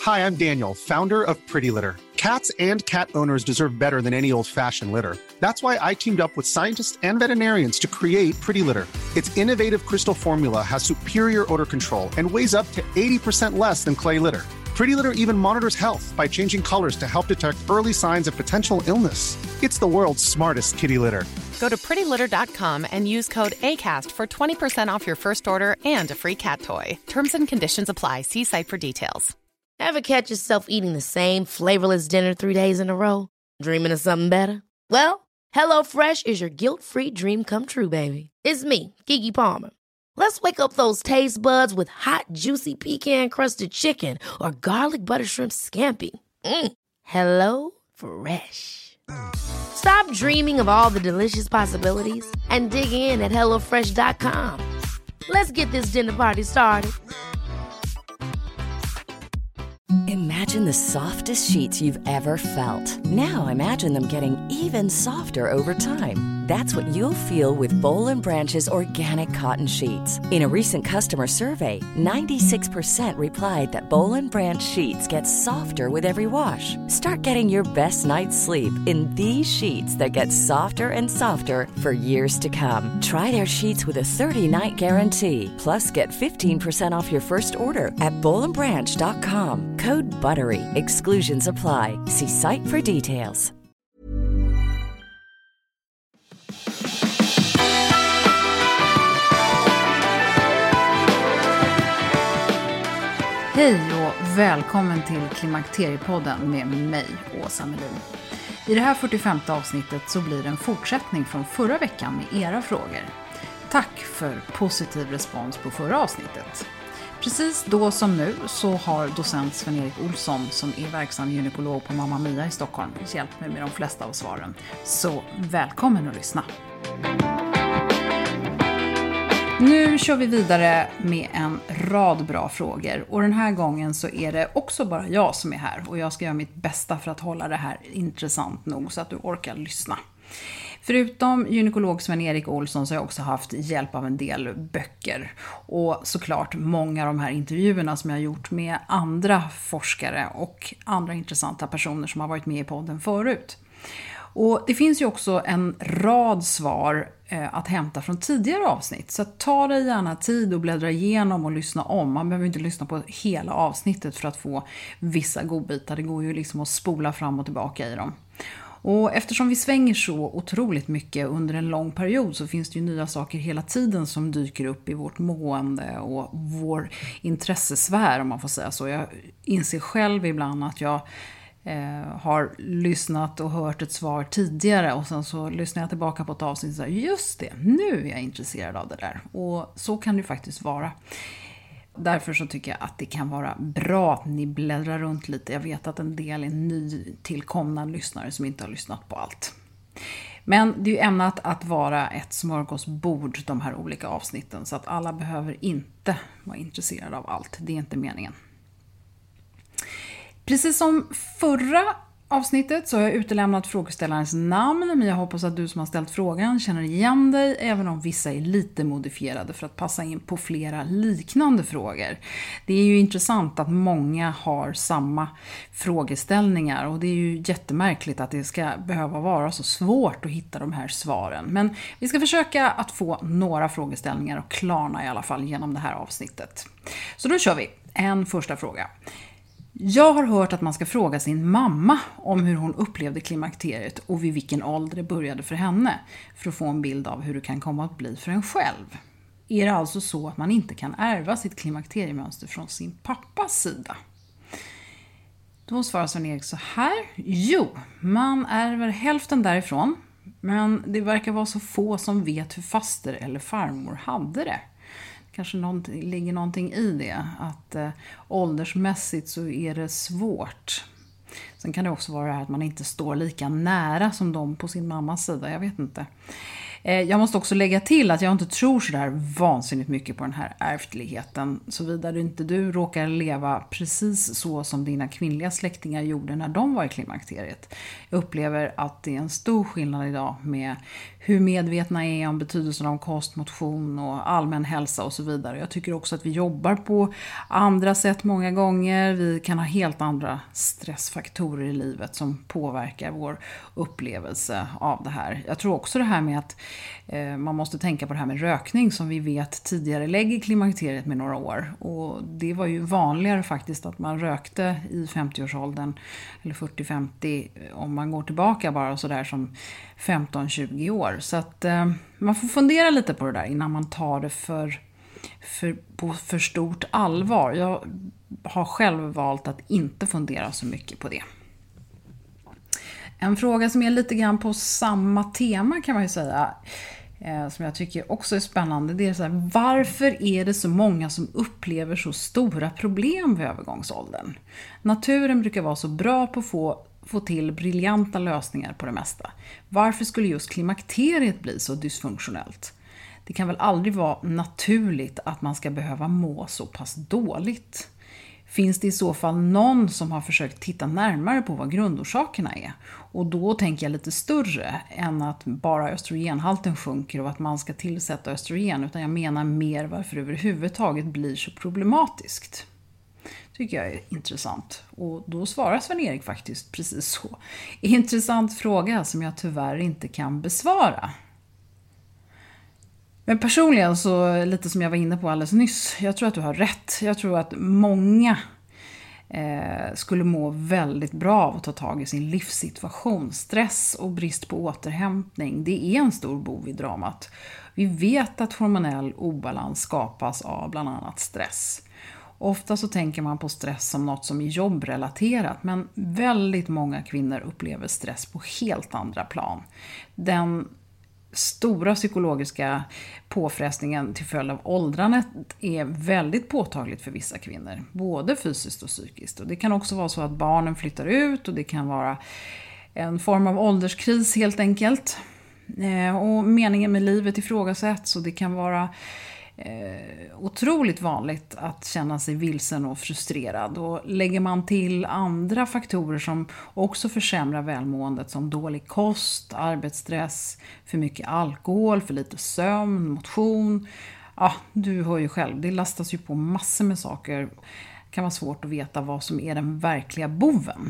Hi, I'm Daniel, founder of Pretty Litter. Cats and cat owners deserve better than any old-fashioned litter. That's why I teamed up with scientists and veterinarians to create Pretty Litter. Its innovative crystal formula has superior odor control and weighs up to 80% less than clay litter. Pretty Litter even monitors health by changing colors to help detect early signs of potential illness. It's the world's smartest kitty litter. Go to prettylitter.com and use code ACAST for 20% off your first order and a free cat toy. Terms and conditions apply. See site for details. Ever catch yourself eating the same flavorless dinner 3 days in a row? Dreaming of something better? Well, HelloFresh is your guilt-free dream come true, baby. It's me, Keke Palmer. Let's wake up those taste buds with hot, juicy pecan-crusted chicken or garlic butter shrimp scampi. Hello Fresh. Stop dreaming of all the delicious possibilities and dig in at HelloFresh.com. Let's get this dinner party started. Imagine the softest sheets you've ever felt. Now imagine them getting even softer over time. That's what you'll feel with Boll & Branch's organic cotton sheets. In a recent customer survey, 96% replied that Boll & Branch sheets get softer with every wash. Start getting your best night's sleep in these sheets that get softer and softer for years to come. Try their sheets with a 30-night guarantee. Plus, get 15% off your first order at bollandbranch.com. Code BUTTERY. Exclusions apply. See site for details. Hej och välkommen till Klimakteriepodden med mig, Åsa Melin. I det här 45:e avsnittet så blir det en fortsättning från förra veckan med era frågor. Tack för positiv respons på förra avsnittet. Precis då som nu så har docent Sven-Erik Olsson, som är verksam gynekolog på Mamma Mia i Stockholm, hjälpt mig med de flesta av svaren. Så välkommen att lyssna. Nu kör vi vidare med en rad bra frågor och den här gången så är det också bara jag som är här och jag ska göra mitt bästa för att hålla det här intressant nog så att du orkar lyssna. Förutom gynekolog Sven-Erik Olsson så har jag också haft hjälp av en del böcker och såklart många av de här intervjuerna som jag har gjort med andra forskare och andra intressanta personer som har varit med i podden förut. Och det finns ju också en rad svar att hämta från tidigare avsnitt. Så ta dig gärna tid och bläddra igenom och lyssna om. Man behöver inte lyssna på hela avsnittet för att få vissa godbitar. Det går ju liksom att spola fram och tillbaka i dem. Och eftersom vi svänger så otroligt mycket under en lång period så finns det ju nya saker hela tiden som dyker upp i vårt mående och vår intressesfär, om man får säga så. Jag inser själv ibland att jag har lyssnat och hört ett svar tidigare och sen så lyssnar jag tillbaka på ett avsnitt och säger just det, nu är jag intresserad av det där. Och så kan det faktiskt vara. Därför så tycker jag att det kan vara bra att ni bläddrar runt lite. Jag vet att en del är nytillkomna lyssnare som inte har lyssnat på allt. Men det är ju ämnat att vara ett smörgåsbord, de här olika avsnitten. Så att alla behöver inte vara intresserade av allt. Det är inte meningen. Precis som förra avsnittet så har jag utelämnat frågeställarens namn, men jag hoppas att du som har ställt frågan känner igen dig, även om vissa är lite modifierade för att passa in på flera liknande frågor. Det är ju intressant att många har samma frågeställningar och det är ju jättemärkligt att det ska behöva vara så svårt att hitta de här svaren. Men vi ska försöka att få några frågeställningar och klarna i alla fall genom det här avsnittet. Så då kör vi. En första fråga. Jag har hört att man ska fråga sin mamma om hur hon upplevde klimakteriet och vid vilken ålder det började för henne för att få en bild av hur det kan komma att bli för en själv. Är det alltså så att man inte kan ärva sitt klimakteriemönster från sin pappas sida? Då svarar Sven-Erik så här. Jo, man ärver hälften därifrån, men det verkar vara så få som vet hur faster eller farmor hade det. Kanske ligger någonting i det, att åldersmässigt så är det svårt. Sen kan det också vara att man inte står lika nära som de på sin mammas sida, jag vet inte. Jag måste också lägga till att jag inte tror så där vansinnigt mycket på den här ärftligheten. Såvida inte du råkar leva precis så som dina kvinnliga släktingar gjorde när de var i klimakteriet. Jag upplever att det är en stor skillnad idag med hur medvetna är om betydelsen av kost, motion och allmän hälsa och så vidare. Jag tycker också att vi jobbar på andra sätt många gånger. Vi kan ha helt andra stressfaktorer i livet som påverkar vår upplevelse av det här. Jag tror också det här med att man måste tänka på det här med rökning som vi vet tidigare lägger klimakteriet med några år. Och det var ju vanligare faktiskt att man rökte i 50-årsåldern eller 40-50 om man går tillbaka bara sådär som 15-20 år. Så att man får fundera lite på det där innan man tar det på för stort allvar. Jag har själv valt att inte fundera så mycket på det. En fråga som är lite grann på samma tema kan man ju säga, som jag tycker också är spännande, det är så här: varför är det så många som upplever så stora problem vid övergångsåldern? Naturen brukar vara så bra på att få till briljanta lösningar på det mesta. Varför skulle just klimakteriet bli så dysfunktionellt? Det kan väl aldrig vara naturligt att man ska behöva må så pass dåligt? Finns det i så fall någon som har försökt titta närmare på vad grundorsakerna är? Och då tänker jag lite större än att bara östrogenhalten sjunker och att man ska tillsätta östrogen, utan jag menar mer varför det överhuvudtaget blir så problematiskt. Tycker jag är intressant. Och då svarar Sven-Erik faktiskt precis så. Intressant fråga som jag tyvärr inte kan besvara. Men personligen så, lite som jag var inne på alldeles nyss, jag tror att du har rätt. Jag tror att många skulle må väldigt bra av att ta tag i sin livssituation. Stress och brist på återhämtning, det är en stor bov i dramat. Vi vet att hormonell obalans skapas av bland annat stress. Ofta så tänker man på stress som något som är jobbrelaterat, men väldigt många kvinnor upplever stress på helt andra plan. Den stora psykologiska påfrestningen till följd av åldrandet är väldigt påtagligt för vissa kvinnor, både fysiskt och psykiskt. Och det kan också vara så att barnen flyttar ut och det kan vara en form av ålderskris helt enkelt. Och meningen med livet ifrågasätts, och det kan vara otroligt vanligt att känna sig vilsen och frustrerad. Och lägger man till andra faktorer som också försämrar välmåendet, som dålig kost, arbetsstress, för mycket alkohol, för lite sömn, motion. Ja, du hör ju själv, det lastas ju på massor med saker. Det kan vara svårt att veta vad som är den verkliga boven.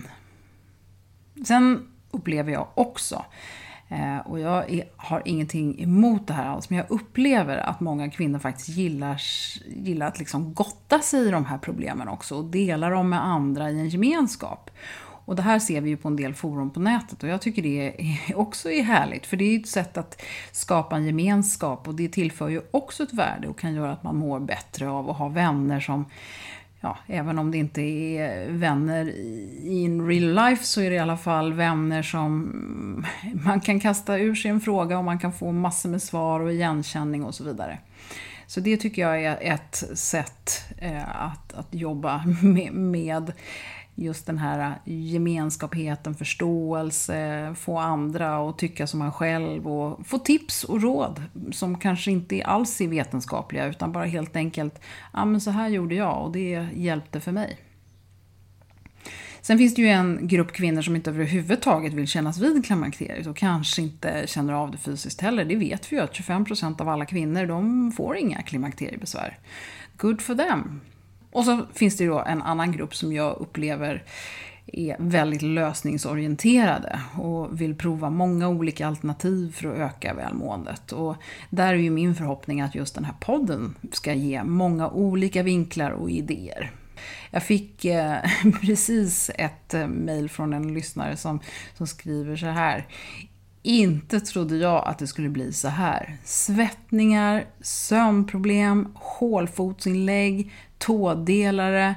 Sen upplever jag också, och jag har ingenting emot det här alls, men jag upplever att många kvinnor faktiskt gillar att liksom gotta sig i de här problemen också och dela dem med andra i en gemenskap. Och det här ser vi ju på en del forum på nätet, och jag tycker det också är härligt, för det är ett sätt att skapa en gemenskap, och det tillför ju också ett värde och kan göra att man mår bättre av att ha vänner som, ja, även om det inte är vänner in real life, så är det i alla fall vänner som man kan kasta ur sig en fråga och man kan få massor med svar och igenkänning och så vidare. Så det tycker jag är ett sätt att jobba med just den här gemenskapen, förståelse, få andra att tycka som man själv och få tips och råd som kanske inte alls är vetenskapliga, utan bara helt enkelt, ja men så här gjorde jag och det hjälpte för mig. Sen finns det ju en grupp kvinnor som inte överhuvudtaget vill kännas vid klimakteriet och kanske inte känner av det fysiskt heller. Det vet vi ju att 25% av alla kvinnor, de får inga klimakteriebesvär. Good for them. Och så finns det ju då en annan grupp som jag upplever är väldigt lösningsorienterade och vill prova många olika alternativ för att öka välmåendet. Och där är ju min förhoppning att just den här podden ska ge många olika vinklar och idéer. Jag fick precis ett mejl från en lyssnare som skriver så här: inte trodde jag att det skulle bli så här. Svettningar, sömnproblem, hålfotsinlägg, tådelare,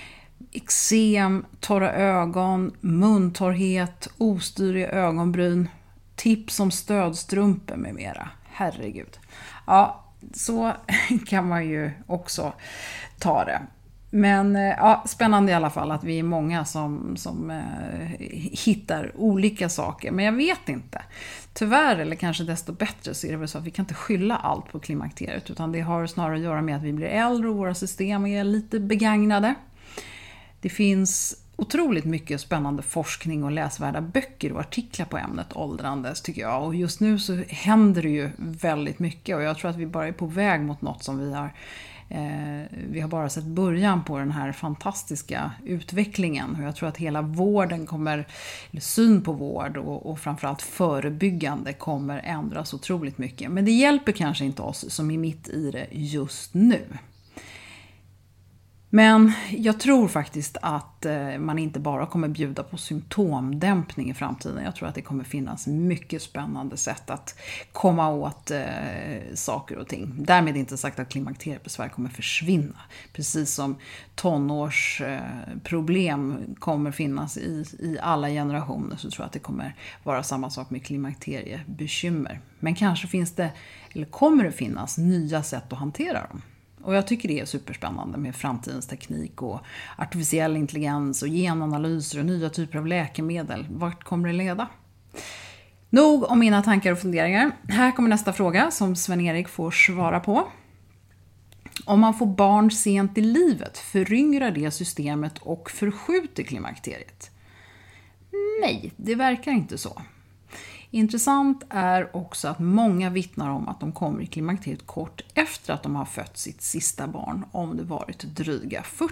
eksem, torra ögon, muntorrhet, ostyriga ögonbryn, tips om stödstrumpor med mera. Herregud. Ja, så kan man ju också ta det. Men ja, spännande i alla fall att vi är många som hittar olika saker. Men jag vet inte. Tyvärr, eller kanske desto bättre, så är det väl så att vi kan inte skylla allt på klimakteriet. Utan det har snarare att göra med att vi blir äldre och våra system är lite begagnade. Det finns otroligt mycket spännande forskning och läsvärda böcker och artiklar på ämnet åldrandes, tycker jag. Och just nu så händer det ju väldigt mycket, och jag tror att vi bara är på väg mot något som vi har bara sett början på den här fantastiska utvecklingen. Och jag tror att hela vården eller syn på vård och framförallt förebyggande kommer ändras otroligt mycket. Men det hjälper kanske inte oss som är mitt i det just nu. Men jag tror faktiskt att man inte bara kommer bjuda på symptomdämpning i framtiden. Jag tror att det kommer finnas mycket spännande sätt att komma åt saker och ting. Därmed inte sagt att klimakteriebesvär kommer försvinna. Precis som tonårsproblem kommer finnas i alla generationer, så tror jag att det kommer vara samma sak med klimakteriebekymmer. Men kanske kommer det finnas nya sätt att hantera dem. Och jag tycker det är superspännande med framtidens teknik och artificiell intelligens och genanalyser och nya typer av läkemedel. Vart kommer det leda? Nog om mina tankar och funderingar. Här kommer nästa fråga som Sven-Erik får svara på. Om man får barn sent i livet, föryngrar det systemet och förskjuter klimakteriet? Nej, det verkar inte så. Intressant är också att många vittnar om att de kommer i klimakteriet kort efter att de har fött sitt sista barn, om det varit dryga 40.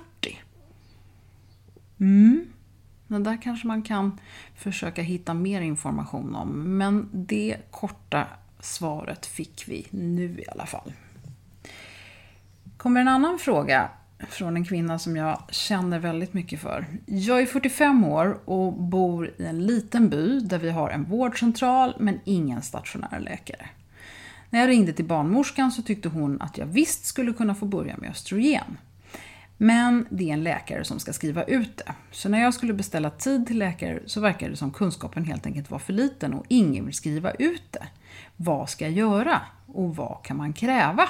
Men där kanske man kan försöka hitta mer information om, men det korta svaret fick vi nu i alla fall. Kommer en annan fråga från en kvinna som jag känner väldigt mycket för. Jag är 45 år och bor i en liten by där vi har en vårdcentral men ingen stationär läkare. När jag ringde till barnmorskan så tyckte hon att jag visst skulle kunna få börja med östrogen. Men det är en läkare som ska skriva ut det. Så när jag skulle beställa tid till läkare så verkar det som kunskapen helt enkelt var för liten och ingen vill skriva ut det. Vad ska jag göra och vad kan man kräva?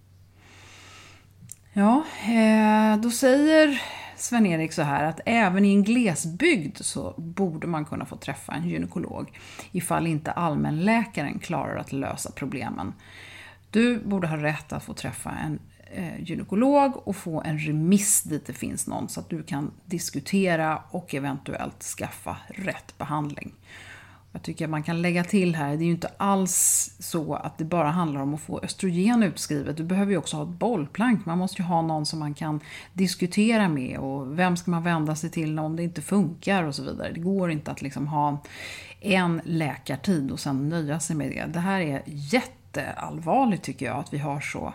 Ja, då säger Sven-Erik så här att även i en glesbygd så borde man kunna få träffa en gynekolog ifall inte allmänläkaren klarar att lösa problemen. Du borde ha rätt att få träffa en gynekolog och få en remiss dit det finns någon så att du kan diskutera och eventuellt skaffa rätt behandling. Jag tycker att man kan lägga till här, det är ju inte alls så att det bara handlar om att få östrogen utskrivet. Du behöver ju också ha ett bollplank, man måste ju ha någon som man kan diskutera med och vem ska man vända sig till om det inte funkar och så vidare. Det går inte att liksom ha en läkartid och sen nöja sig med det. Det här är jätteallvarligt tycker jag, att vi har så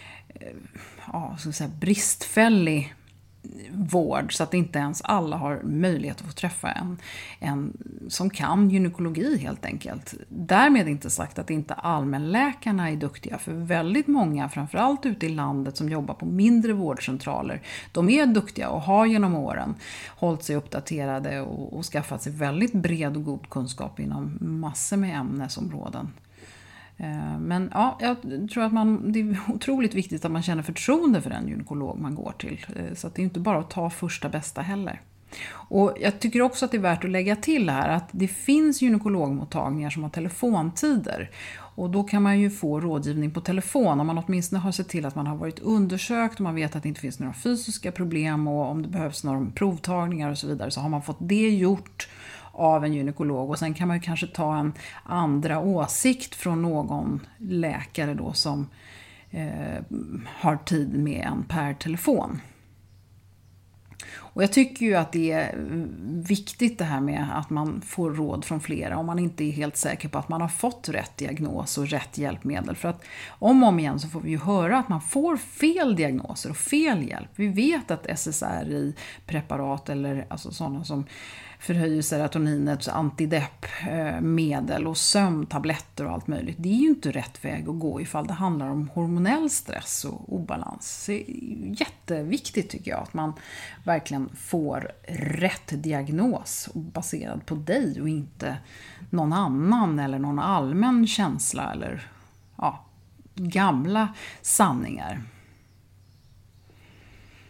bristfällig vård så att inte ens alla har möjlighet att få träffa en som kan gynekologi helt enkelt. Därmed inte sagt att inte allmänläkarna är duktiga, för väldigt många, framförallt ute i landet som jobbar på mindre vårdcentraler, de är duktiga och har genom åren hållit sig uppdaterade och skaffat sig väldigt bred och god kunskap inom massor med ämnesområden. Men ja, jag tror att det är otroligt viktigt att man känner förtroende för den gynekolog man går till. Så att det är inte bara att ta första bästa heller. Och jag tycker också att det är värt att lägga till här att det finns gynekologmottagningar som har telefontider. Och då kan man ju få rådgivning på telefon om man åtminstone har sett till att man har varit undersökt och man vet att det inte finns några fysiska problem och om det behövs några provtagningar och så vidare, så har man fått det gjort av en gynekolog, och sen kan man ju kanske ta en andra åsikt från någon läkare då som har tid med en per telefon. Och jag tycker ju att det är viktigt det här med att man får råd från flera om man inte är helt säker på att man har fått rätt diagnos och rätt hjälpmedel. För att om och om igen så får vi ju höra att man får fel diagnoser och fel hjälp. Vi vet att SSRI-preparat eller alltså sådana som förhöjer serotoninets antidepp-medel och sömntabletter och allt möjligt. Det är ju inte rätt väg att gå ifall det handlar om hormonell stress och obalans. Det är jätteviktigt tycker jag att man verkligen får rätt diagnos baserad på dig och inte någon annan eller någon allmän känsla eller gamla sanningar.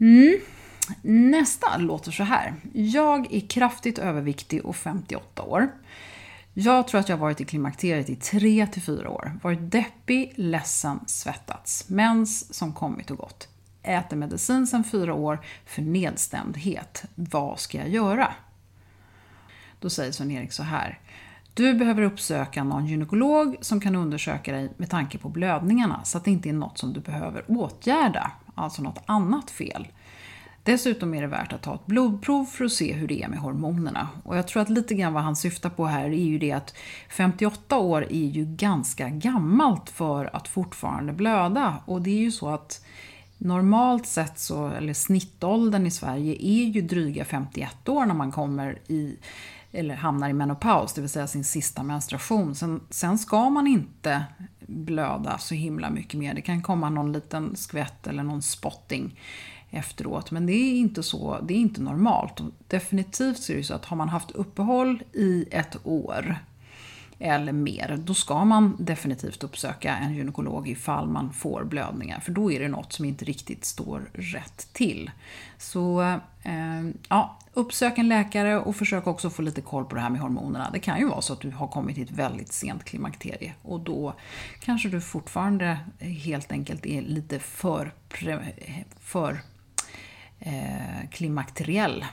Nästa låter så här. Jag är kraftigt överviktig och 58 år. Jag tror att jag har varit i klimakteriet i 3-4 år. Varit deppig, ledsen, svettats. Mens som kommit och gått. Äter medicin sedan 4 år för nedstämdhet. Vad ska jag göra? Då säger Sven-Erik så här. Du behöver uppsöka någon gynekolog som kan undersöka dig med tanke på blödningarna så att det inte är något som du behöver åtgärda, alltså något annat fel. Dessutom är det värt att ta ett blodprov för att se hur det är med hormonerna. Och jag tror att lite grann vad han syftar på här är ju det att 58 år är ju ganska gammalt för att fortfarande blöda. Och det är ju så att normalt sett så, eller snittåldern i Sverige är ju dryga 51 år när man kommer i eller hamnar i menopaus, det vill säga sin sista menstruation. Sen ska man inte blöda så himla mycket mer. Det kan komma någon liten skvätt eller någon spotting efteråt. Men det är inte så, det är inte normalt. Och definitivt så är det så att har man haft uppehåll i 1 år eller mer, då ska man definitivt uppsöka en gynekolog ifall man får blödningar. För då är det något som inte riktigt står rätt till. Så uppsök en läkare och försök också få lite koll på det här med hormonerna. Det kan ju vara så att du har kommit till ett väldigt sent klimakterie. Och då kanske du fortfarande helt enkelt är lite för klimakteriell.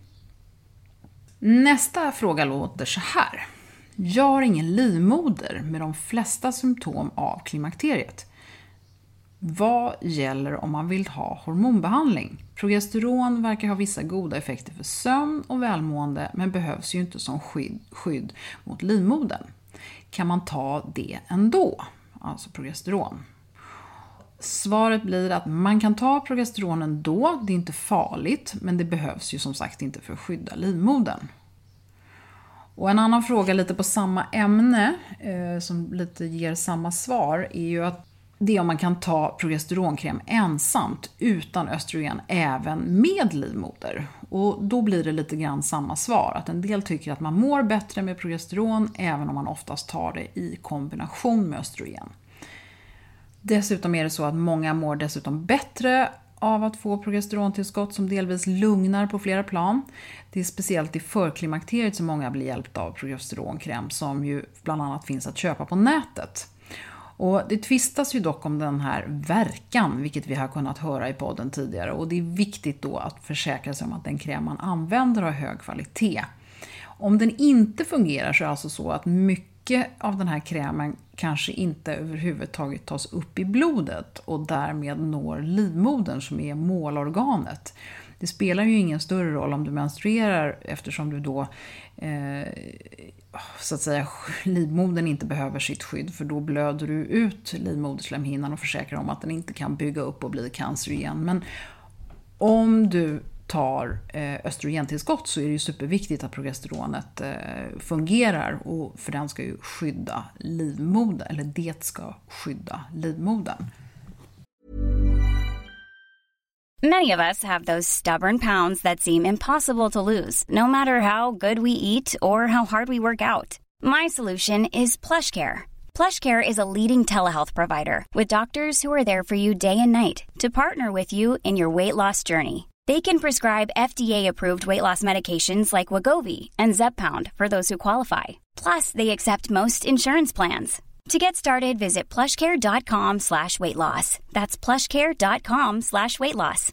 Nästa fråga låter så här. Jag har ingen livmoder med de flesta symptom av klimakteriet. Vad gäller om man vill ha hormonbehandling? Progesteron verkar ha vissa goda effekter för sömn och välmående men behövs ju inte som skydd mot livmodern. Kan man ta det ändå? Alltså progesteron. Svaret blir att man kan ta progesteron ändå, det är inte farligt men det behövs ju som sagt inte för att skydda livmodern. Och en annan fråga lite på samma ämne som lite ger samma svar är ju att det är om man kan ta progesteronkräm ensamt utan östrogen även med livmoder. Och då blir det lite grann samma svar. Att en del tycker att man mår bättre med progesteron även om man oftast tar det i kombination med östrogen. Dessutom är det så att många mår dessutom bättre av att få progesterontillskott som delvis lugnar på flera plan. Det är speciellt i förklimakteriet som många blir hjälpta av progesteronkräm som ju bland annat finns att köpa på nätet. Och det tvistas ju dock om den här verkan, vilket vi har kunnat höra i podden tidigare. Och det är viktigt då att försäkra sig om att den kräm man använder har hög kvalitet. Om den inte fungerar så är det alltså så att mycket av den här krämen kanske inte överhuvudtaget tas upp i blodet och därmed når livmodern som är målorganet. Det spelar ju ingen större roll om du menstruerar eftersom du då så att säga livmodern inte behöver sitt skydd för då blöder du ut livmoderslemhinnan och försäkrar om att den inte kan bygga upp och bli cancer igen. Men om du tar östrogentillskott så är det ju superviktigt att progesteronet fungerar och för den ska ju skydda livmodern eller det ska skydda livmodern. Many of us have those stubborn pounds that seem impossible to lose, no matter how good we eat or how hard we work out. My solution is PlushCare. PlushCare is a leading telehealth provider with doctors who are there for you day and night to partner with you in your weight loss journey. They can prescribe FDA-approved weight loss medications like Wegovy and Zepbound for those who qualify. Plus, they accept most insurance plans. To get started, visit plushcare.com/weightloss. That's plushcare.com/weightloss.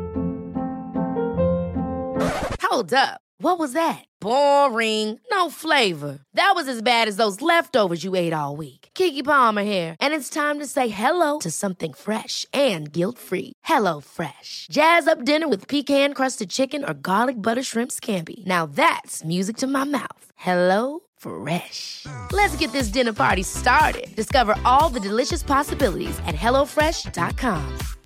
Hold up. What was that? Boring. No flavor. That was as bad as those leftovers you ate all week. Keke Palmer here, and it's time to say hello to something fresh and guilt-free. Hello Fresh. Jazz up dinner with pecan-crusted chicken or garlic butter shrimp scampi. Now that's music to my mouth. Hello Fresh. Let's get this dinner party started. Discover all the delicious possibilities at hellofresh.com.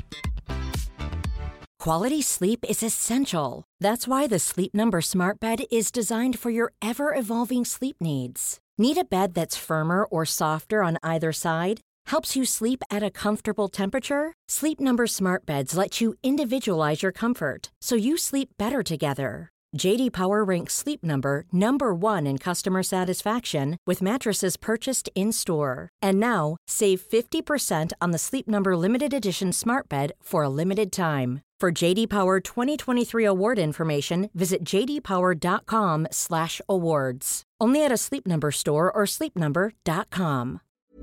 Quality sleep is essential. That's why the Sleep Number Smart Bed is designed for your ever-evolving sleep needs. Need a bed that's firmer or softer on either side? Helps you sleep at a comfortable temperature? Sleep Number Smart Beds let you individualize your comfort so you sleep better together. JD Power ranks Sleep Number number 1 in customer satisfaction with mattresses purchased in-store. And now, save 50% on the Sleep Number Limited Edition Smart Bed for a limited time. For JD Power 2023 award information, visit jdpower.com/awards. Only at a Sleep Number store or sleepnumber.com.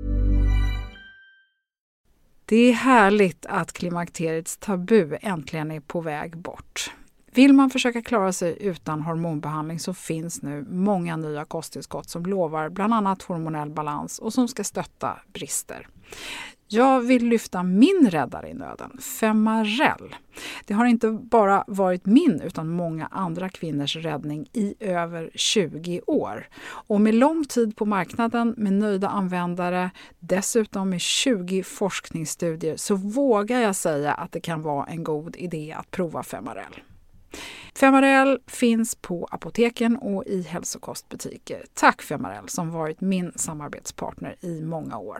Det är härligt att klimakteriets tabu äntligen är på väg bort. Vill man försöka klara sig utan hormonbehandling så finns nu många nya kosttillskott som lovar bland annat hormonell balans och som ska stötta brister. Jag vill lyfta min räddare i nöden, Femarel. Det har inte bara varit min utan många andra kvinnors räddning i över 20 år. Och med lång tid på marknaden, med nöjda användare, dessutom med 20 forskningsstudier så vågar jag säga att det kan vara en god idé att prova Femarel. Femarel finns på apoteken och i hälsokostbutiker. Tack Femarel som varit min samarbetspartner i många år.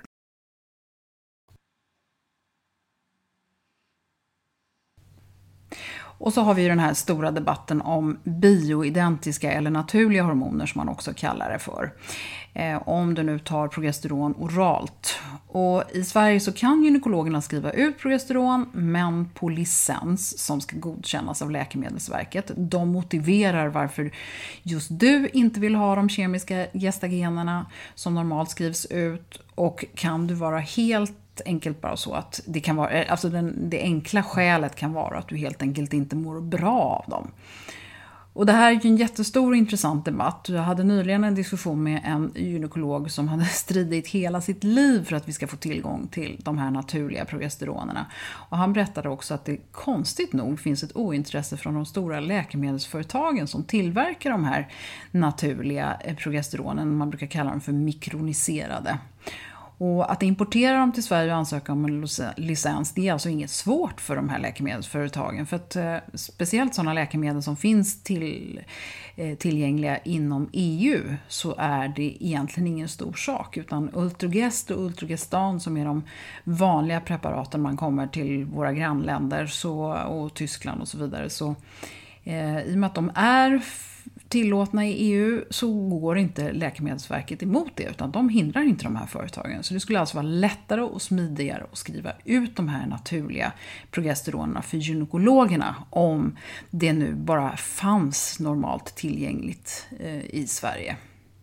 Och så har vi ju den här stora debatten om bioidentiska eller naturliga hormoner som man också kallar det för. Om du nu tar progesteron oralt. Och i Sverige så kan gynekologerna skriva ut progesteron men på licens som ska godkännas av Läkemedelsverket. De motiverar varför just du inte vill ha de kemiska gestagenerna som normalt skrivs ut, och kan du vara helt enkelt bara så att det kan vara, alltså det enkla skälet kan vara att du helt enkelt inte mår bra av dem. Och det här är ju en jättestor och intressant debatt. Jag hade nyligen en diskussion med en gynekolog som hade stridit hela sitt liv för att vi ska få tillgång till de här naturliga progesteronerna. Och han berättade också att det konstigt nog finns ett ointresse från de stora läkemedelsföretagen som tillverkar de här naturliga progesteronen. Man brukar kalla dem för mikroniserade. Och att importera dem till Sverige och ansöka om en licens, det är alltså inget svårt för de här läkemedelsföretagen. För att speciellt sådana läkemedel som finns tillgängliga inom EU så är det egentligen ingen stor sak. Utan Ultrogest och Ultrogestan som är de vanliga preparaten man kommer till våra grannländer och Tyskland och så vidare. Så i och med att de är tillåtna i EU så går inte Läkemedelsverket emot det, utan de hindrar inte de här företagen. Så det skulle alltså vara lättare och smidigare att skriva ut de här naturliga progesteronerna för gynekologerna om det nu bara fanns normalt tillgängligt i Sverige.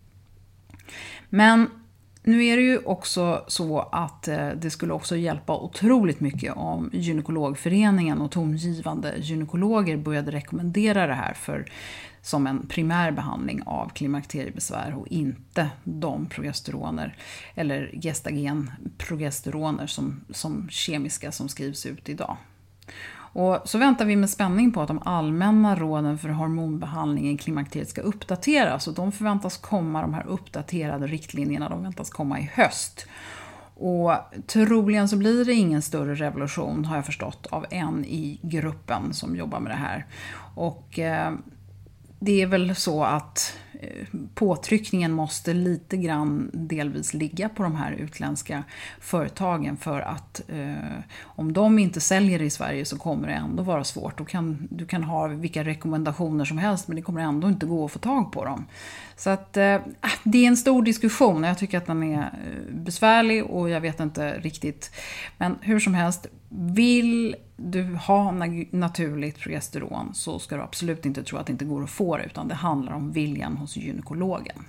Men nu är det ju också så att det skulle också hjälpa otroligt mycket om gynekologföreningen och tongivande gynekologer började rekommendera det här som en primär behandling av klimakteriebesvär och inte de progesteroner eller gestagenprogesteroner som kemiska som skrivs ut idag. Och så väntar vi med spänning på att de allmänna råden för hormonbehandling i klimakteriet ska uppdateras, och de förväntas komma, de här uppdaterade riktlinjerna, de väntas komma i höst. Och troligen så blir det ingen större revolution, har jag förstått, av en i gruppen som jobbar med det här. Och det är väl så att påtryckningen måste lite grann delvis ligga på de här utländska företagen, för att om de inte säljer det i Sverige så kommer det ändå vara svårt. Du kan ha vilka rekommendationer som helst, men det kommer ändå inte gå att få tag på dem. Så att det är en stor diskussion. Jag tycker att den är besvärlig och jag vet inte riktigt. Men hur som helst, vill du ha naturligt progesteron så ska du absolut inte tro att det inte går att få det, utan det handlar om viljan hos gynekologen.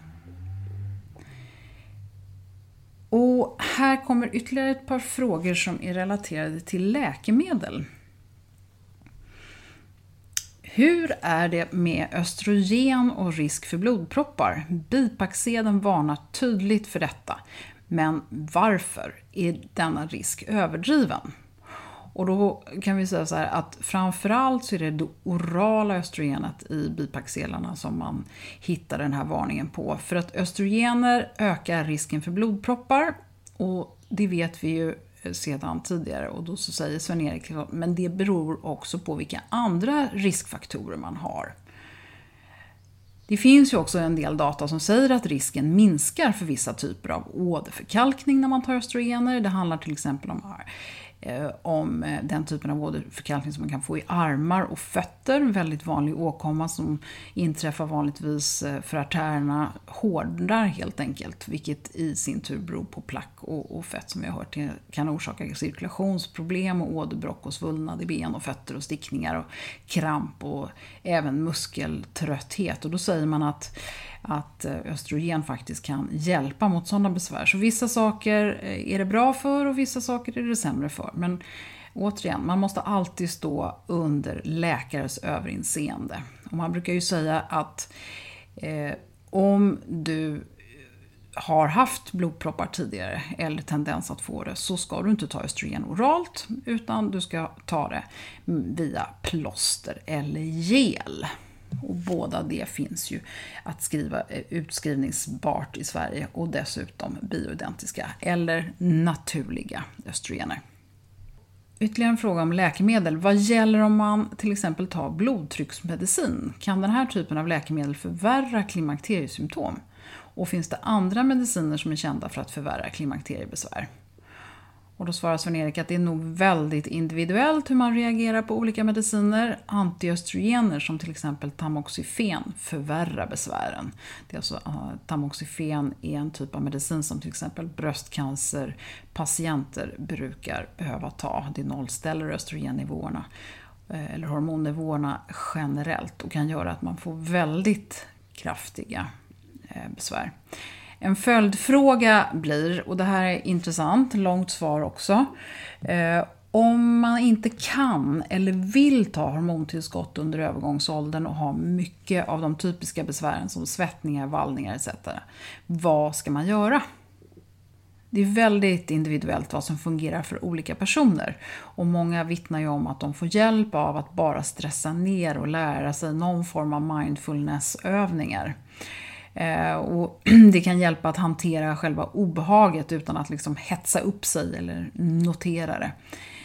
Och här kommer ytterligare ett par frågor som är relaterade till läkemedel. Hur är det med östrogen och risk för blodproppar? Bipaxeden varnar tydligt för detta. Men varför är denna risk överdriven? Och då kan vi säga så här att framförallt så är det orala östrogenet i bipaxelarna som man hittar den här varningen på. För att östrogener ökar risken för blodproppar, och det vet vi ju sedan tidigare, och då så säger Sven-Erik, men det beror också på vilka andra riskfaktorer man har. Det finns ju också en del data som säger att risken minskar för vissa typer av åderförkalkning när man tar östrogener. Det handlar till exempel om om den typen av åderförkalkning som man kan få i armar och fötter. En väldigt vanlig åkomma som inträffar vanligtvis för artärerna hårdnar helt enkelt, vilket i sin tur beror på plack och fett som vi har hört kan orsaka cirkulationsproblem och åderbråck och svullnad i ben och fötter och stickningar och kramp och även muskeltrötthet. Och då säger man att östrogen faktiskt kan hjälpa mot sådana besvär. Så vissa saker är det bra för och vissa saker är det sämre för. Men återigen, man måste alltid stå under läkares överinseende. Och man brukar ju säga att om du har haft blodproppar tidigare eller tendens att få det, så ska du inte ta östrogen oralt, utan du ska ta det via plåster eller gel. Och båda det finns ju att skriva utskrivningsbart i Sverige och dessutom bioidentiska eller naturliga östrogener. Ytterligare en fråga om läkemedel. Vad gäller om man till exempel tar blodtrycksmedicin? Kan den här typen av läkemedel förvärra klimakteriesymptom? Och finns det andra mediciner som är kända för att förvärra klimakteriebesvär? Och då svarar Sven-Erik att det är nog väldigt individuellt hur man reagerar på olika mediciner. Antiöstrogener som till exempel tamoxifen förvärrar besvären. Det är alltså, tamoxifen är en typ av medicin som till exempel bröstcancerpatienter brukar behöva ta. Det nollställer östrogennivåerna eller hormonnivåerna generellt och kan göra att man får väldigt kraftiga besvär. En följdfråga blir, och det här är intressant, långt svar också. Om man inte kan eller vill ta hormontillskott under övergångsåldern och ha mycket av de typiska besvären som svettningar, vallningar etc. Vad ska man göra? Det är väldigt individuellt vad som fungerar för olika personer. Och många vittnar ju om att de får hjälp av att bara stressa ner och lära sig någon form av mindfulnessövningar. Och det kan hjälpa att hantera själva obehaget utan att liksom hetsa upp sig eller notera det.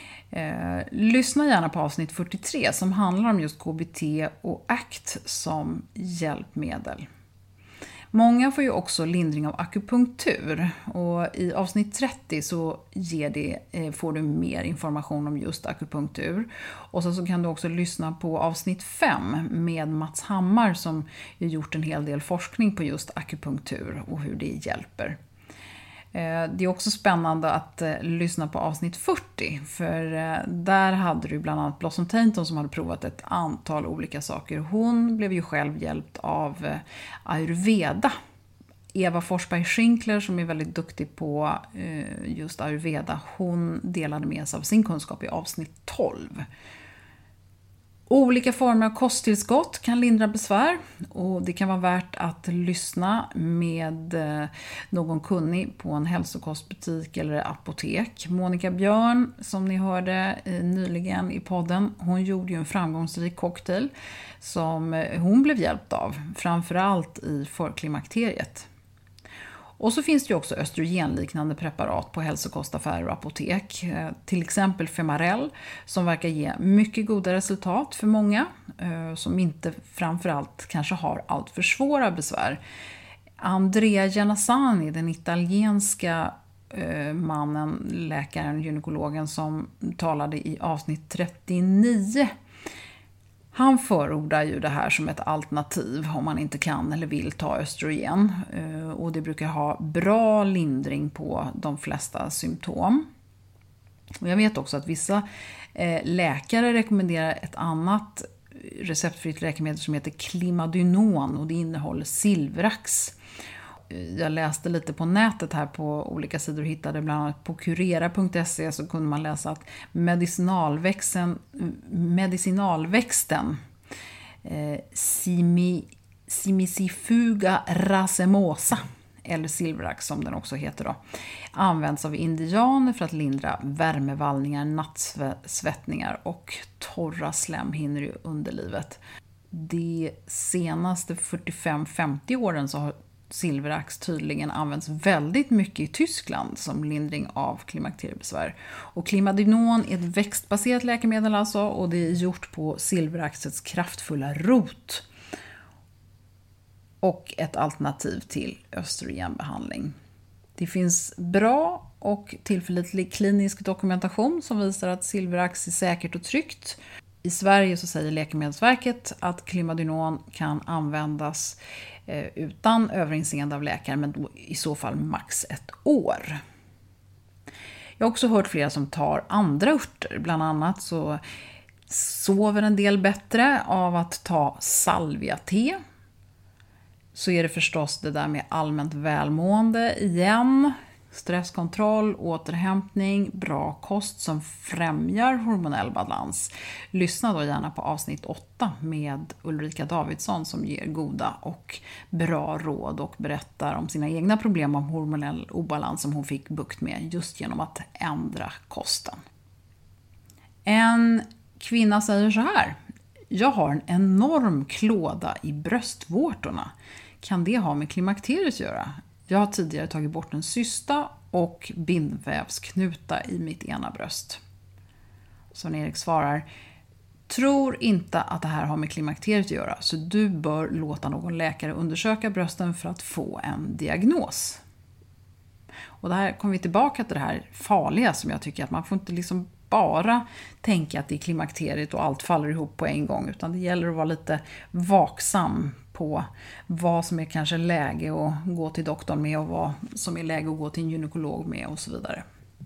Lyssna gärna på avsnitt 43 som handlar om just KBT och ACT som hjälpmedel. Många får ju också lindring av akupunktur och i avsnitt 30 så får du mer information om just akupunktur. Och så kan du också lyssna på avsnitt 5 med Mats Hammar som har gjort en hel del forskning på just akupunktur och hur det hjälper. Det är också spännande att lyssna på avsnitt 40 för där hade du bland annat Blossom Tainton som hade provat ett antal olika saker. Hon blev ju själv hjälpt av ayurveda. Eva Forsberg-Schinkler som är väldigt duktig på just ayurveda, hon delade med sig av sin kunskap i avsnitt 12. Olika former av kosttillskott kan lindra besvär och det kan vara värt att lyssna med någon kunnig på en hälsokostbutik eller apotek. Monica Björn, som ni hörde nyligen i podden, hon gjorde ju en framgångsrik cocktail som hon blev hjälpt av, framförallt i förklimakteriet. Och så finns det ju också östrogenliknande preparat på hälsokostaffärer och apotek. Till exempel Femarel som verkar ge mycket goda resultat för många som inte framförallt kanske har allt för svåra besvär. Andrea Genassani, den italienska mannen, läkaren, gynekologen som talade i avsnitt 39. Han förordar ju det här som ett alternativ om man inte kan eller vill ta östrogen. Och det brukar ha bra lindring på de flesta symptom. Och jag vet också att vissa läkare rekommenderar ett annat receptfritt läkemedel som heter Klimadynon och det innehåller silverax. Jag läste lite på nätet här på olika sidor och hittade bland annat på kurera.se så kunde man läsa att medicinalväxten Simicifuga racemosa eller silverax som den också heter då, används av indianer för att lindra värmevallningar, nattsvettningar och torra slemhinnor i underlivet. De senaste 45-50 åren så har silverax tydligen används väldigt mycket i Tyskland som lindring av klimakteriebesvär. Och Klimadynon är ett växtbaserat läkemedel alltså och det är gjort på silveraxets kraftfulla rot. Och ett alternativ till östrogenbehandling. Det finns bra och tillförlitlig klinisk dokumentation som visar att Silverax är säkert och tryggt. I Sverige så säger Läkemedelsverket att Klimadynon kan användas utan överinseende av läkare, men då i så fall max 1 år. Jag har också hört flera som tar andra örter. Bland annat så sover en del bättre av att ta salvia-te. Så är det förstås det där med allmänt välmående igen. Stresskontroll, återhämtning, bra kost som främjar hormonell balans. Lyssna då gärna på avsnitt 8 med Ulrika Davidsson som ger goda och bra råd och berättar om sina egna problem om hormonell obalans som hon fick bukt med just genom att ändra kosten. En kvinna säger så här: jag har en enorm klåda i bröstvårtorna. Kan det ha med klimakteriet att göra? Jag har tidigare tagit bort en cysta och bindvävsknuta i mitt ena bröst. Sven-Erik svarar: tror inte att det här har med klimakteriet att göra, så du bör låta någon läkare undersöka brösten för att få en diagnos. Och det här kommer vi tillbaka till det här farliga som jag tycker att man får inte liksom bara tänka att det är klimakteriet och allt faller ihop på en gång, utan det gäller att vara lite vaksam på vad som är kanske läge att gå till doktorn med och vad som är läge att gå till en gynekolog med och så vidare.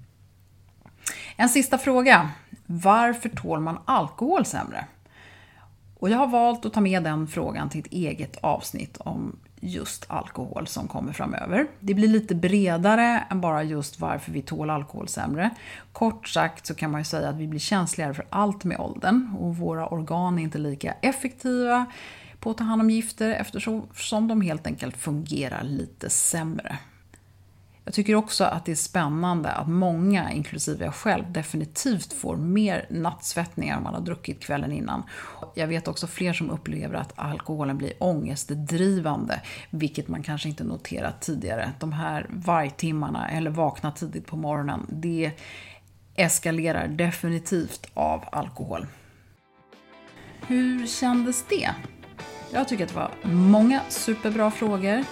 En sista fråga. Varför tål man alkohol sämre? Och jag har valt att ta med den frågan till ett eget avsnitt om just alkohol som kommer framöver. Det blir lite bredare än bara just varför vi tål alkohol sämre. Kort sagt så kan man ju säga att vi blir känsligare för allt med åldern och våra organ är inte lika effektiva på att ta hand om gifter eftersom de helt enkelt fungerar lite sämre. Jag tycker också att det är spännande att många, inklusive jag själv, definitivt får mer nattsvettningar om man har druckit kvällen innan. Jag vet också fler som upplever att alkoholen blir ångestdrivande, vilket man kanske inte noterat tidigare. De här vargtimmarna eller vakna tidigt på morgonen, det eskalerar definitivt av alkohol. Hur kändes det? Jag tycker att det var många superbra frågor.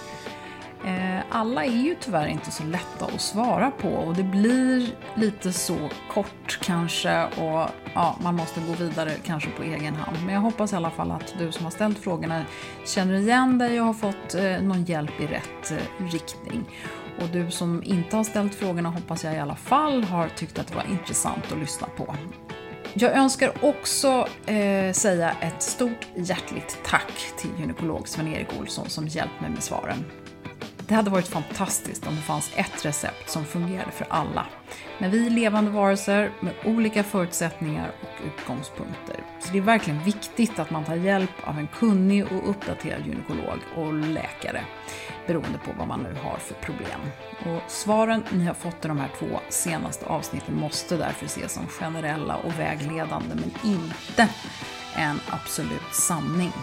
Alla är ju tyvärr inte så lätta att svara på och det blir lite så kort kanske och ja, man måste gå vidare kanske på egen hand. Men jag hoppas i alla fall att du som har ställt frågorna känner igen dig och har fått någon hjälp i rätt riktning. Och du som inte har ställt frågorna hoppas jag i alla fall har tyckt att det var intressant att lyssna på. Jag önskar också säga ett stort hjärtligt tack till gynekolog Sven-Erik Olsson som hjälpt mig med svaren. Det hade varit fantastiskt om det fanns ett recept som fungerade för alla. Men vi är levande varelser med olika förutsättningar och utgångspunkter. Så det är verkligen viktigt att man tar hjälp av en kunnig och uppdaterad gynekolog och läkare. Beroende på vad man nu har för problem. Och svaren ni har fått i de här 2 senaste avsnitten måste därför ses som generella och vägledande men inte en absolut sanning.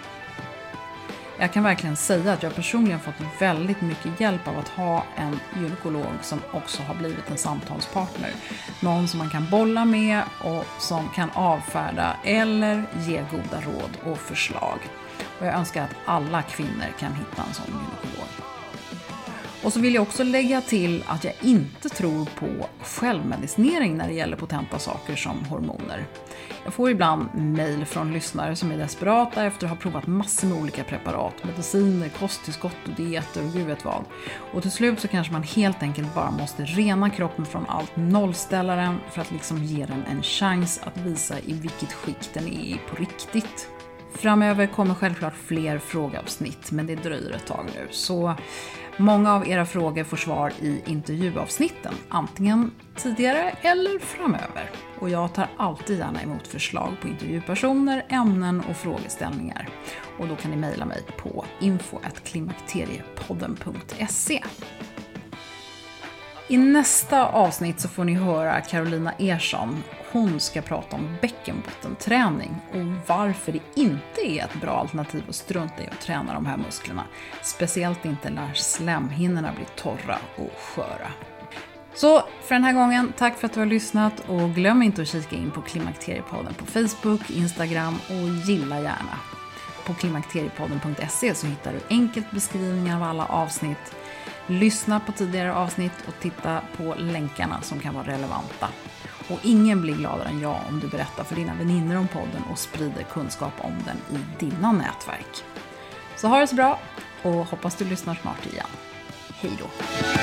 Jag kan verkligen säga att jag personligen fått väldigt mycket hjälp av att ha en gynekolog som också har blivit en samtalspartner. Någon som man kan bolla med och som kan avfärda eller ge goda råd och förslag. Och jag önskar att alla kvinnor kan hitta en sån gynekolog. Och så vill jag också lägga till att jag inte tror på självmedicinering när det gäller potenta saker som hormoner. Jag får ibland mejl från lyssnare som är desperata efter att ha provat massor med olika preparat, mediciner, kosttillskott och dieter och gud vet vad. Och till slut så kanske man helt enkelt bara måste rena kroppen från allt, nollställa den för att liksom ge den en chans att visa i vilket skick den är i på riktigt. Framöver kommer självklart fler frågeavsnitt, men det dröjer ett tag nu. Så många av era frågor får svar i intervjuavsnitten, antingen tidigare eller framöver. Och jag tar alltid gärna emot förslag på intervjupersoner, ämnen och frågeställningar. Och då kan ni mejla mig på info@klimakteriepodden.se. I nästa avsnitt så får ni höra Carolina Ersson. Hon ska prata om bäckenbottenträning och varför det inte är ett bra alternativ att strunta i att träna de här musklerna. Speciellt inte när slemhinnorna blir torra och sköra. Så för den här gången, tack för att du har lyssnat och glöm inte att kika in på Klimakteriepodden på Facebook, Instagram och gilla gärna på klimakteriepodden.se så hittar du enkelt beskrivningar av alla avsnitt. Lyssna på tidigare avsnitt och titta på länkarna som kan vara relevanta. Och ingen blir gladare än jag om du berättar för dina vänner om podden och sprider kunskap om den i dina nätverk. Så ha det så bra och hoppas du lyssnar snart igen. Hej då!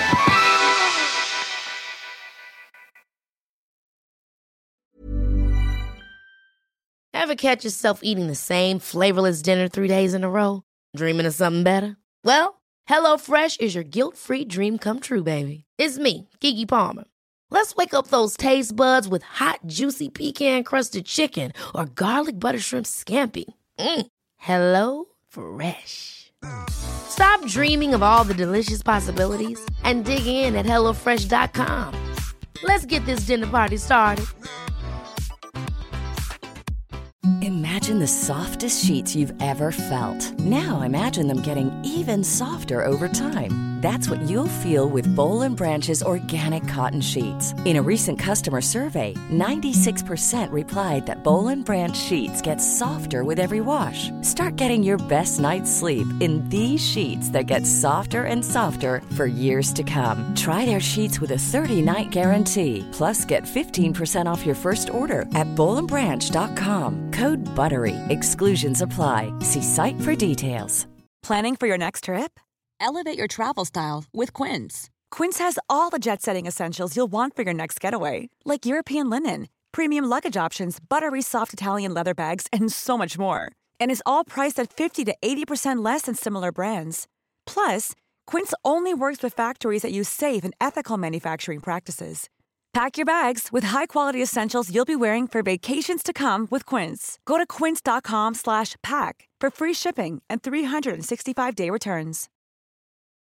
Ever catch yourself eating the same flavorless dinner 3 days in a row? Dreaming of something better? Well, HelloFresh is your guilt-free dream come true, baby. It's me, Keke Palmer. Let's wake up those taste buds with hot, juicy pecan-crusted chicken or garlic butter shrimp scampi. Hello Fresh. Stop dreaming of all the delicious possibilities and dig in at HelloFresh.com. Let's get this dinner party started. Imagine the softest sheets you've ever felt. Now imagine them getting even softer over time. That's what you'll feel with Boll & Branch's organic cotton sheets. In a recent customer survey, 96% replied that Boll & Branch sheets get softer with every wash. Start getting your best night's sleep in these sheets that get softer and softer for years to come. Try their sheets with a 30-night guarantee. Plus, get 15% off your first order at bollandbranch.com. Code BUTTERY. Exclusions apply. See site for details. Planning for your next trip? Elevate your travel style with Quince. Quince has all the jet-setting essentials you'll want for your next getaway, like European linen, premium luggage options, buttery soft Italian leather bags, and so much more. And is all priced at 50 to 80% less than similar brands. Plus, Quince only works with factories that use safe and ethical manufacturing practices. Pack your bags with high-quality essentials you'll be wearing for vacations to come with Quince. Go to quince.com/pack for free shipping and 365-day returns.